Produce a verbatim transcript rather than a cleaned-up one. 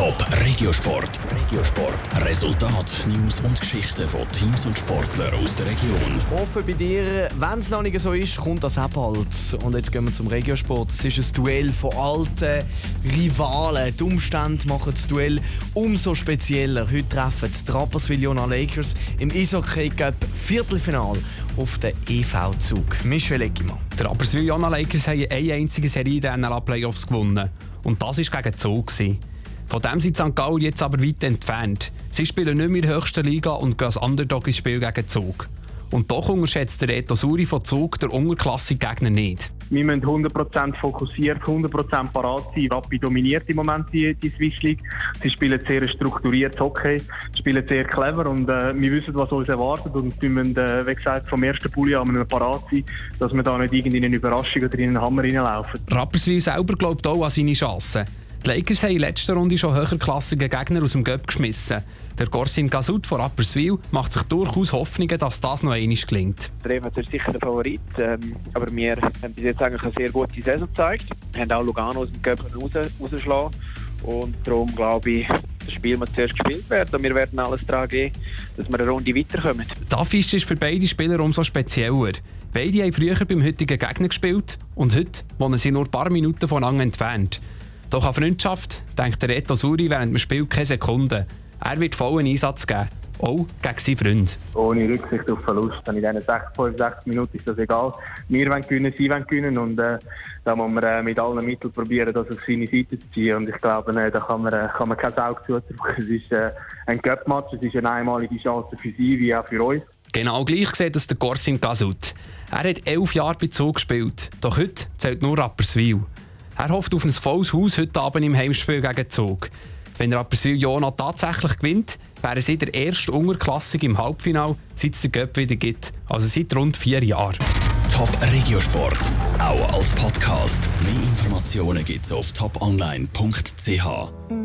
Top Regiosport. Regiosport. Resultat, News und Geschichten von Teams und Sportlern aus der Region. Offen bei dir, wenn es noch nicht so ist, kommt das auch bald. Und jetzt gehen wir zum Regiosport. Es ist ein Duell von alten Rivalen. Die Umstände machen das Duell umso spezieller. Heute treffen die Rapperswil Jona Lakers im Eishockey Cup Viertelfinale auf den E V-Zug. Michel Eckimann. Die Rapperswil Jona Lakers haben eine einzige Serie in den N L A-Playoffs gewonnen. Und das war gegen Zug. Von dem sind Sankt Gallen jetzt aber weit entfernt. Sie spielen nicht mehr in der höchsten Liga und gehen als Underdog ins Spiel gegen Zug. Und doch unterschätzt der Reto Suri von Zug den unterklassigen Gegner nicht. Wir müssen hundert Prozent fokussiert, hundert Prozent parat sein. Rappi dominiert im Moment die, die Swiss League. Sie spielen sehr strukturiertes Hockey, spielen sehr clever und äh, wir wissen, was uns erwartet. Und wir müssen, äh, wie gesagt, vom ersten Pulli an müssen wir parat sein, dass wir da nicht in eine Überraschung oder in einen Hammer reinlaufen. Rapperswil selber glaubt auch an seine Chancen. Die Lakers haben in der letzten Runde schon höherklassige Gegner aus dem Göpp geschmissen. Der Gorsin Gasut von Rapperswil macht sich durchaus Hoffnungen, dass das noch einmal gelingt. Der E V ist sicher der Favorit, ähm, aber wir haben bis jetzt eigentlich eine sehr gute Saison gezeigt. Wir haben auch Lugano aus dem Göpp raus, rausgeschlagen und darum glaube ich, das Spiel muss zuerst gespielt werden und wir werden alles daran geben, dass wir eine Runde weiterkommen. Die Affiche ist für beide Spieler umso spezieller. Beide haben früher beim heutigen Gegner gespielt und heute wohnen sie nur ein paar Minuten voneinander entfernt. Doch an Freundschaft denkt der Reto Suri während dem Spiel keine Sekunde. Er wird vollen Einsatz geben, auch gegen seinen Freund. Ohne Rücksicht auf Verlust. In diesen sechzig, fünfundsechzig Minuten ist das egal. Wir wollen gewinnen, sie wollen gewinnen und äh, da muss man äh, mit allen Mitteln probieren, das auf seine Seite zu ziehen. Und ich glaube, äh, da kann man, äh, kann man kein Auge zudrücken. Es ist äh, ein Cup-Match, es ist eine einmalige Chance für sie wie auch für uns. Genau gleich sieht es der Gorsin Gasut. Er hat elf Jahre bei Zug gespielt, doch heute zählt nur Rapperswil. Er hofft auf ein volles Haus heute Abend im Heimspiel gegen Zug. Wenn Rapperswil Jona tatsächlich gewinnt, wäre sie der erste Unterklassige im Halbfinale, seit es den Cup wieder gibt. Also seit rund vier Jahren. Top Regiosport, auch als Podcast. Mehr Informationen gibt's auf top online punkt c h.